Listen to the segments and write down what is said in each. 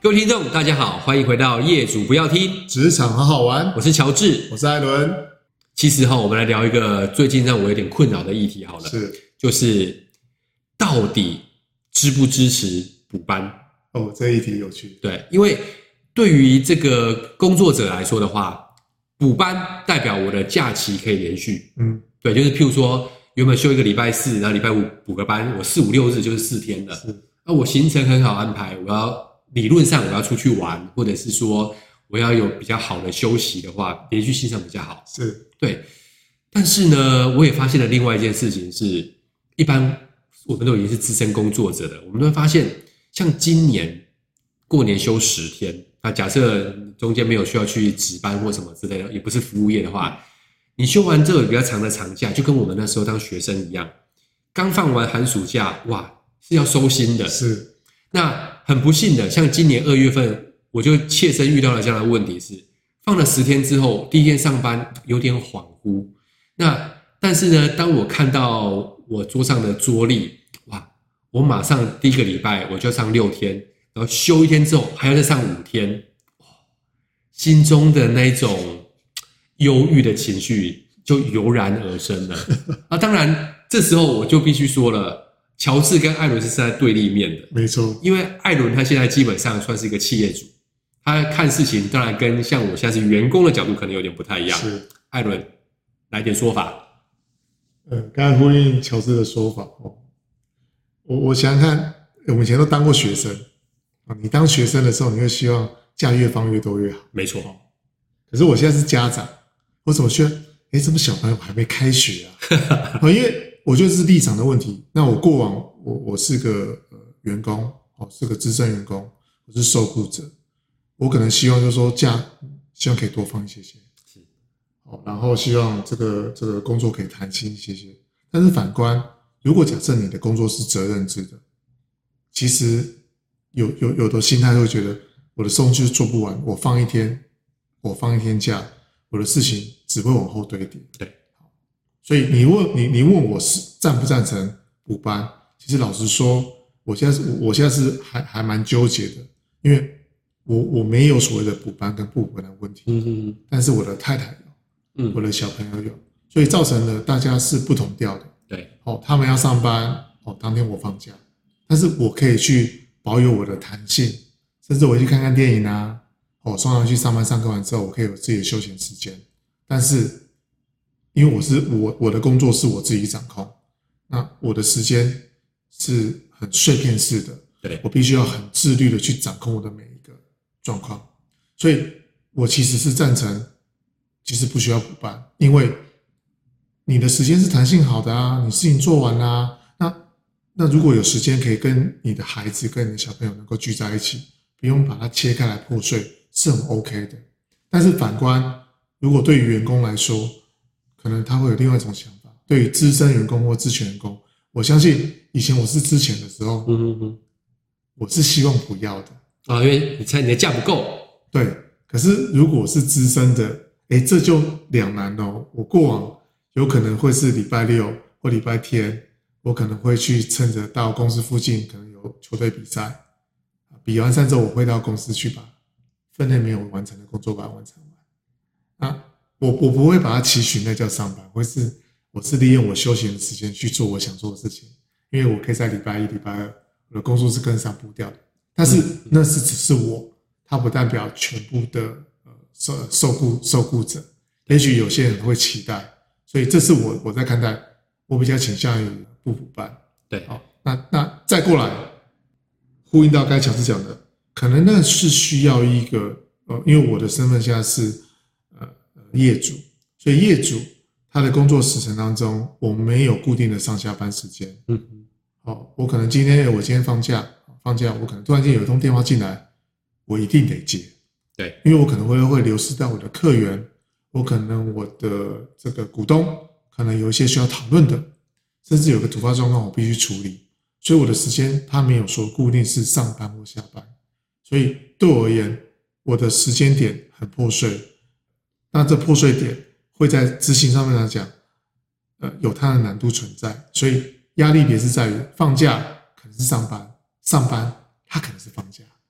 各位听众，大家好，欢迎回到业主不要听职场好好玩， 我是乔治， 我是艾伦。 其实我们来聊一个最近让我有点困扰的议题好了，就是到底支不支持补班？ 这一题有趣。 对，因为对于这个工作者来说的话，补班代表我的假期可以连续。对，就是譬如说原本休一个礼拜四，然后礼拜五补个班，我4、5、6日就是4天了。那我行程很好安排，理论上我要出去玩，或者是说我要有比较好的休息的话，连续性上比较好。对。但是呢，我也发现了另外一件事情是，一般我们都已经是资深工作者了，我们都会发现，像今年过年休10天，那假设中间没有需要去值班或什么之类的，也不是服务业的话，你休完这个比较长的长假，就跟我们那时候当学生一样，刚放完寒暑假，哇，是要收心的。那很不幸的，像今年2月份，我就切身遇到了这样的问题是，放了10天之后，第一天上班有点恍惚。但是呢，当我看到我桌上的桌历，哇，我马上第一个礼拜我就上6天，然后休1天之后还要再上5天，心中的那种忧郁的情绪就油然而生了。当然这时候我就必须说了，乔治跟艾伦是站在对立面的。 没错， 因为艾伦他现在基本上算是一个企业主，他看事情当然跟像我现在是员工的角度可能有点不太一样。艾伦来点说法。 刚才呼应乔治的说法我想想看，我们以前都当过学生你当学生的时候，你会希望假越放越多越好。 没错。 可是我现在是家长，我怎么觉得怎么小朋友还没开学啊因为我觉得是立场的问题。那我过往我是个员工是个资深员工，我是受雇者，我可能希望就是说希望可以多放一些然后希望这个工作可以弹性一些。但是反观，如果假设你的工作是责任制的，其实有的心态会觉得我的送就是做不完，我放一天假，我的事情只会往后堆叠。 对， 所以你问我是赞不赞成补班？其实老实说，我现在是还蛮纠结的，因为我没有所谓的补班跟不补班的问题。但是我的太太有，我的小朋友有，所以造成了大家是不同调的。 对， 他们要上班当天我放假，但是我可以去保有我的弹性，甚至我去看看电影啊，送他们去上班上课完之后，我可以有自己的休闲时间。但是因为我的工作是我自己掌控，那我的时间是很碎片式的， 对， 我必须要很自律的去掌控我的每一个状况。所以我其实是赞成其实不需要补班，因为你的时间是弹性好的啊，你事情做完啦，那如果有时间可以跟你的孩子跟你的小朋友能够聚在一起，不用把它切开来破碎，是很 OK 的。但是反观，如果对于员工来说，可能他会有另外一种想法。对于资深员工或资深员工，我相信以前我是之前的时候，我是希望不要的因为你的假不够。 对，可是如果是资深的，这就两难哦。我过往有可能会是礼拜6或礼拜天，我可能会去趁着到公司附近可能有球队比赛，比完赛之后我会到公司去把分内没有完成的工作把它完成完。我不会把它期许那叫上班，我是利用我休闲的时间去做我想做的事情，因为我可以在礼拜1、礼拜2，我的工作是跟上步调的。但是那是只是我，它不代表全部的受雇者。也许有些人会期待，所以这是我在看待，我比较倾向于不补班。 对， 好，那再过来呼应到刚才乔治讲的，可能那是需要一个因为我的身份现在是业主，所以业主他的工作时程当中，我没有固定的上下班时间。我可能今天放假，我可能突然间有一通电话进来，我一定得接。 对， 因为我可能会流失到我的客源，我可能我的这个股东可能有一些需要讨论的，甚至有个突发状况我必须处理，所以我的时间他没有说固定是上班或下班，所以对我而言，我的时间点很破碎。那这破碎点会在执行上面来讲，有它的难度存在，所以压力也是在于放假可能是上班，上班它可能是放假，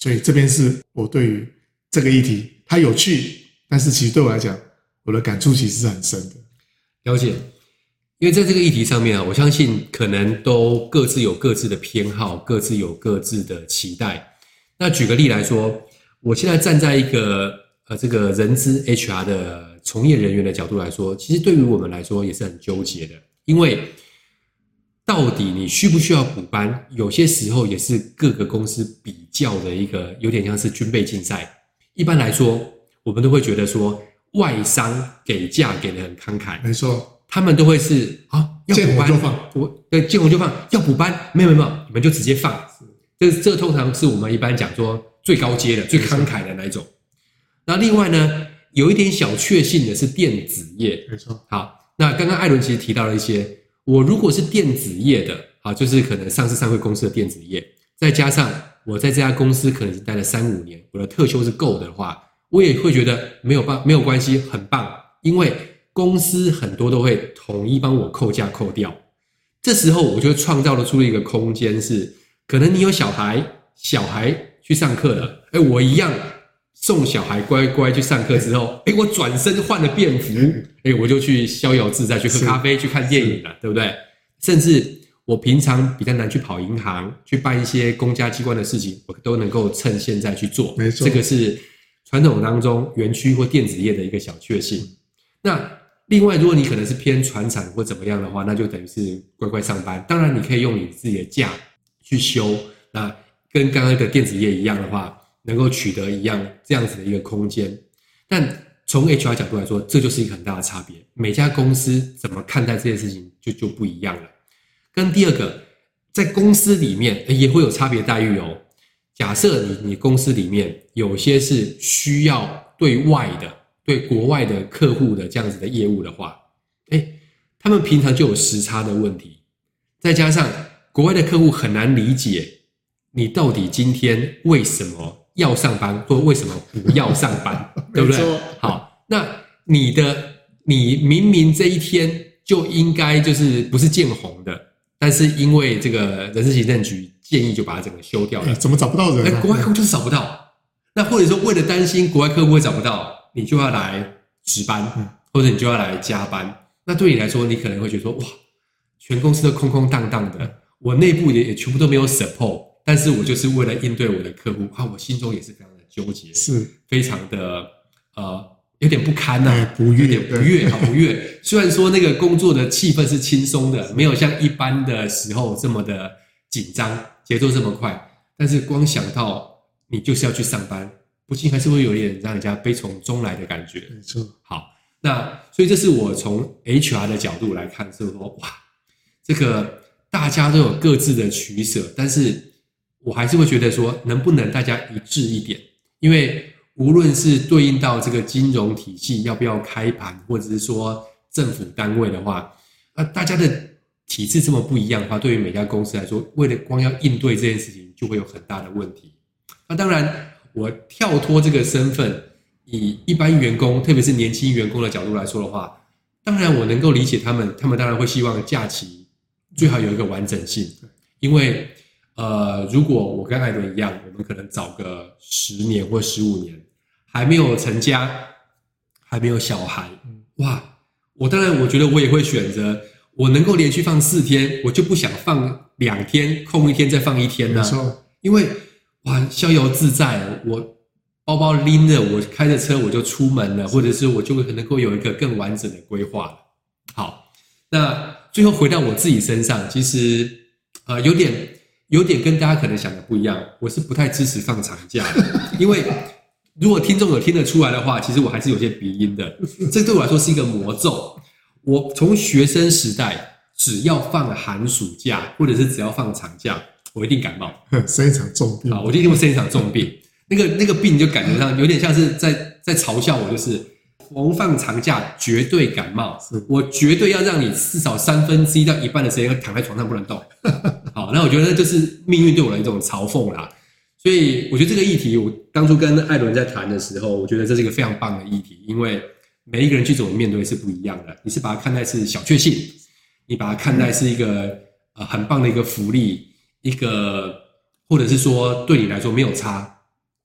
所以这边是我对于这个议题，它有趣，但是其实对我来讲，我的感触其实是很深的。 了解。因为在这个议题上面啊，我相信可能都各自有各自的偏好，各自有各自的期待。那举个例来说，我现在站在一个这个人资 HR 的从业人员的角度来说，其实对于我们来说也是很纠结的，因为到底你需不需要补班，有些时候也是各个公司比较的一个有点像是军备竞赛。一般来说，我们都会觉得说外商给假给得很慷慨， 没错。 他们都会是要补班见红就放， 对，见红就放，要补班，没有，你们就直接放。这通常是我们一般讲说最高阶的、最慷慨的那一种。那另外呢，有一点小确幸的是电子业， 没错。 好，那刚刚艾伦其实提到了一些，我如果是电子业的，就是可能上市上柜公司的电子业，再加上我在这家公司可能已经待了3-5年，我的特休是够的话，我也会觉得没有关系，很棒，因为公司很多都会统一帮我扣假扣掉。这时候我就创造了出一个空间是，可能你有小孩去上课了，我一样送小孩乖乖去上课之后，我转身换了便服，我就去逍遥自在，去喝咖啡，去看电影了，对不对？甚至我平常比较难去跑银行，去办一些公家机关的事情，我都能够趁现在去做。 没错， 这个是传统当中园区或电子业的一个小确幸。那另外，如果你可能是偏传产或怎么样的话，那就等于是乖乖上班。当然，你可以用你自己的假去休，那跟刚刚的电子业一样的话，能够取得一样这样子的一个空间。但从 HR 角度来说，这就是一个很大的差别。每家公司怎么看待这件事情就不一样了。跟第二个，在公司里面也会有差别待遇哦。假设你公司里面有些是需要对外的，对国外的客户的这样子的业务的话，他们平常就有时差的问题，再加上国外的客户很难理解你到底今天为什么要上班，或为什么不要上班，对不对？好，那你明明这一天就应该就是不是见红的，但是因为这个人事行政局建议就把它整个休掉了， 怎么找不到人？ 国外客户就是找不到。那或者说为了担心国外客户会找不到，你就要来值班，或者你就要来加班。那对你来说，你可能会觉得说，哇，全公司都空空荡荡的，我内部也全部都没有 support， 但是我就是为了应对我的客户我心中也是非常的纠结， 是非常的有点不堪不悦， 不悦。虽然说那个工作的气氛是轻松的，没有像一般的时候这么的紧张，节奏这么快，但是光想到你就是要去上班，不禁还是会有点让人家悲从中来的感觉。 没错。 好，那所以这是我从 HR 的角度来看，是说哇，这个大家都有各自的取舍，但是我还是会觉得说，能不能大家一致一点？因为无论是对应到这个金融体系要不要开盘，或者是说政府单位的话，大家的体制这么不一样的话，对于每家公司来说，为了光要应对这件事情，就会有很大的问题。那当然，我跳脱这个身份，以一般员工，特别是年轻员工的角度来说的话，当然我能够理解他们当然会希望假期最好有一个完整性，因为如果我跟艾伦一样，我们可能早个10年或15年，还没有成家，还没有小孩，哇，我觉得我也会选择，我能够连续放4天，我就不想放2天，空1天再放1天呢，因为哇，逍遥自在，我包包拎着，我开着车我就出门了，或者是我就能够有一个更完整的规划了。好，那最后回到我自己身上，其实有点跟大家可能想的不一样，我是不太支持放长假的，因为如果听众有听得出来的话，其实我还是有些鼻音的，这对我来说是一个魔咒。我从学生时代，只要放寒暑假，或者是只要放长假，我一定感冒， 生一场重病。 我就一定会生一场重病。那个病就感觉上有点像是在嘲笑我，就是逢放长假绝对感冒，我绝对要让你至少1/3到1半的时间躺在床上不能动。好，那我觉得那就是命运对我的一种嘲讽啦。所以我觉得这个议题，我当初跟艾伦在谈的时候，我觉得这是一个非常棒的议题，因为每一个人去怎么面对是不一样的。你是把它看待是小确幸，你把它看待是一个很棒的一个福利，一个或者是说对你来说没有差，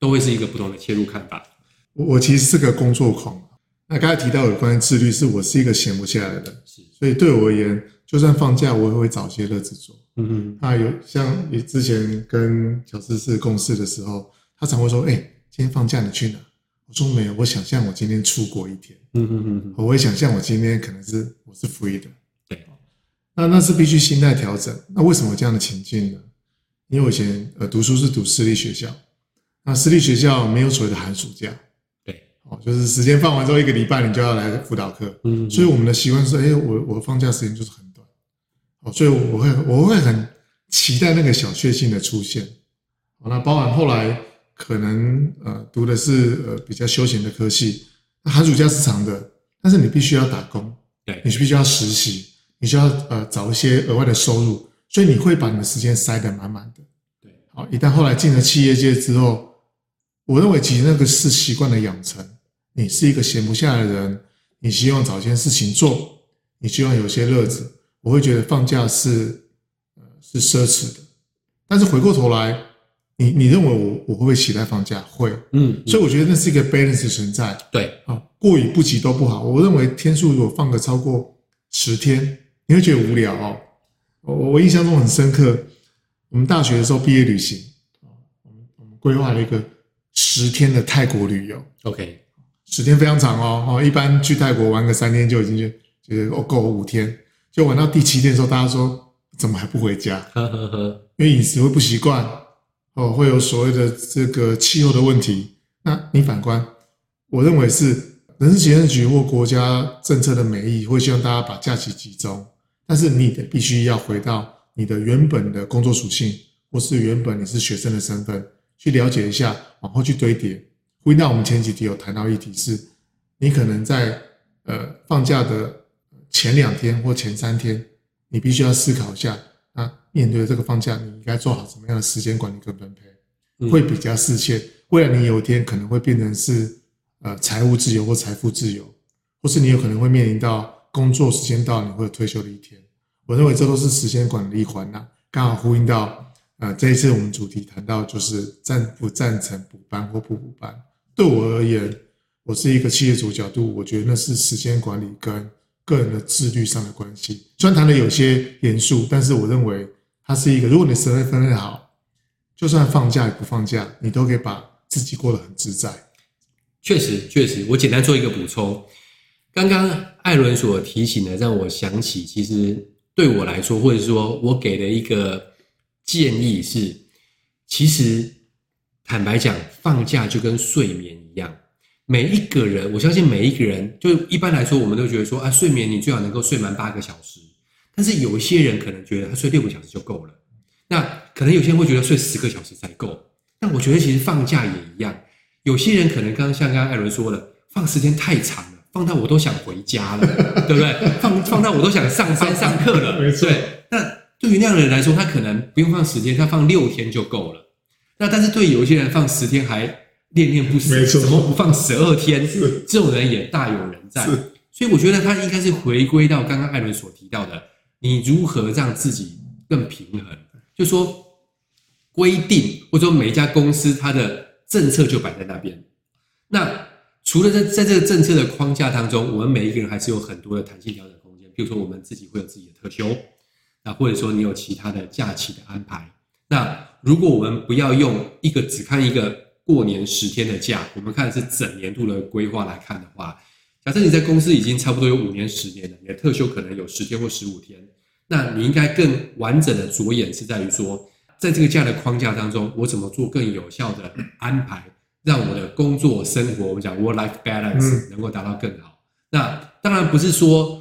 都会是一个不同的切入看法。 我其实是个工作狂，那刚才提到有关于自律，是我是一个闲不下来的人，所以对我而言，就算放假我也会找些乐子做。有像之前跟乔治士共事的时候，他常会说：“今天放假你去哪？”我说：“没有，我想象我今天出国一天。”我会想象我今天可能我是 free 的。 对， 那是必须心态调整。那为什么有这样的情境呢？因为我以前读书是读私立学校，那私立学校没有所谓的寒暑假。就是时间放完之后，1个礼拜你就要来辅导课。所以我们的习惯是，我放假时间就是很短。所以我会很期待那个小确幸的出现。那包含后来可能读的是比较休闲的科系，那寒暑假是长的，但是你必须要打工， 对， 你必须要实习，你需要找一些额外的收入，所以你会把你的时间塞得满满的。 对， 好，一旦后来进了企业界之后，我认为其实那个是习惯的养成。你是一个闲不下来的人，你希望找件事情做，你希望有些乐子，我会觉得放假是奢侈的。但是回过头来，你认为我会不会期待放假？会，所以我觉得那是一个 balance 存在。 对， 过与不及都不好。我认为天数如果放个超过10天，你会觉得无聊哦。我印象中很深刻，我们大学的时候毕业旅行，我们规划了一个10天的泰国旅游。 OK。 10天非常长哦，一般去泰国玩个3天就已经觉得够5天，就玩到第7天的时候，大家说怎么还不回家？因为饮食会不习惯，会有所谓的这个气候的问题。那你反观，我认为是人事行政局或国家政策的美意，会希望大家把假期集中，但是你必须要回到你的原本的工作属性，或是原本你是学生的身份，去了解一下，往后去堆叠。回到我们前几题有谈到议题是，你可能在放假的前2天或前3天，你必须要思考一下，那面对这个放假，你应该做好什么样的时间管理跟分配，会比较适切。未来你有一天可能会变成是财务自由或财富自由，或是你有可能会面临到工作时间到你会有退休的一天。我认为这都是时间管理一环啊，刚好呼应到这一次我们主题谈到就是赞不赞成补班或不补班。对我而言，我是一个企业主角度，我觉得那是时间管理跟个人的自律上的关系。虽然谈的有些严肃，但是我认为它是一个，如果你时间分配好，就算放假也不放假，你都可以把自己过得很自在。 确实，我简单做一个补充。刚刚艾伦所提醒的，让我想起，其实对我来说，或者说我给的一个建议是，其实坦白讲，放假就跟睡眠一样，每一个人，我相信每一个人，就一般来说，我们都觉得说，睡眠你最好能够睡满8个小时，但是有一些人可能觉得他睡6个小时就够了，那可能有些人会觉得睡10个小时才够。但我觉得其实放假也一样，有些人可能像刚刚艾伦说的，放时间太长了，放到我都想回家了，对不对？放到我都想上山上课了， 没错。 对，那对于那样的人来说，他可能不用放10天，他放6天就够了。那但是对有一些人放10天还恋恋不舍，怎么不放12天？这种人也大有人在。所以我觉得他应该是回归到刚刚艾伦所提到的，你如何让自己更平衡，就说规定或者说每一家公司它的政策就摆在那边。那除了在这个政策的框架当中，我们每一个人还是有很多的弹性调整空间。比如说我们自己会有自己的特休，那或者说你有其他的假期的安排。那如果我们不要用只看一个过年10天的假，我们看的是整年度的规划来看的话，假设你在公司已经差不多有5年10年了，你的特休可能有10天或15天，那你应该更完整的着眼是在于说，在这个假的框架当中，我怎么做更有效的安排，让我的工作生活，我们讲 work-life balance 能够达到更好。那当然不是说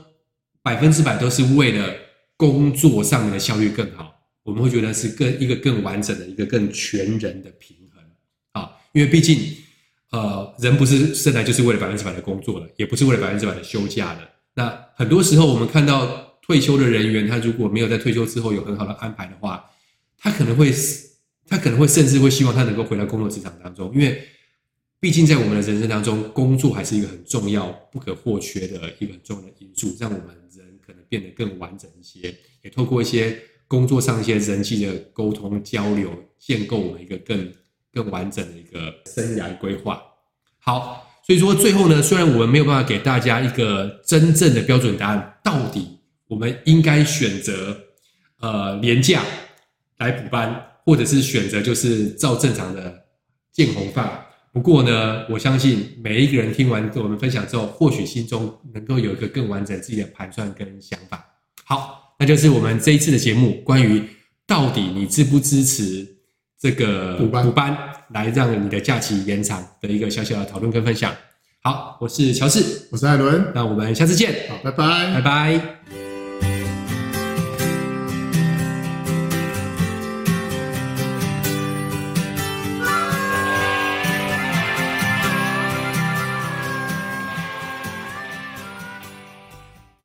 100%都是为了工作上面的效率更好，我们会觉得是一个更完整的一个更全人的平衡啊，因为毕竟人不是生来就是为了100%的工作的，也不是为了100%的休假的。那很多时候我们看到退休的人员，他如果没有在退休之后有很好的安排的话，他可能会甚至会希望他能够回到工作职场当中，因为毕竟在我们的人生当中，工作还是一个很重要不可或缺的一个很重要的因素，让我们人可能变得更完整一些，也透过一些工作上一些人际的沟通交流，建构我们一个更更完整的一个生涯规划。好，所以说最后呢，虽然我们没有办法给大家一个真正的标准答案，到底我们应该选择连假来补班，或者是选择就是照正常的见红饭。不过呢，我相信每一个人听完我们分享之后，或许心中能够有一个更完整自己的盘算跟想法。好，那就是我们这一次的节目，关于到底你支不支持这个补班来让你的假期延长的一个小小的讨论跟分享。好，我是乔治， 我是艾伦， 那我们下次见。 好，拜拜， 拜拜。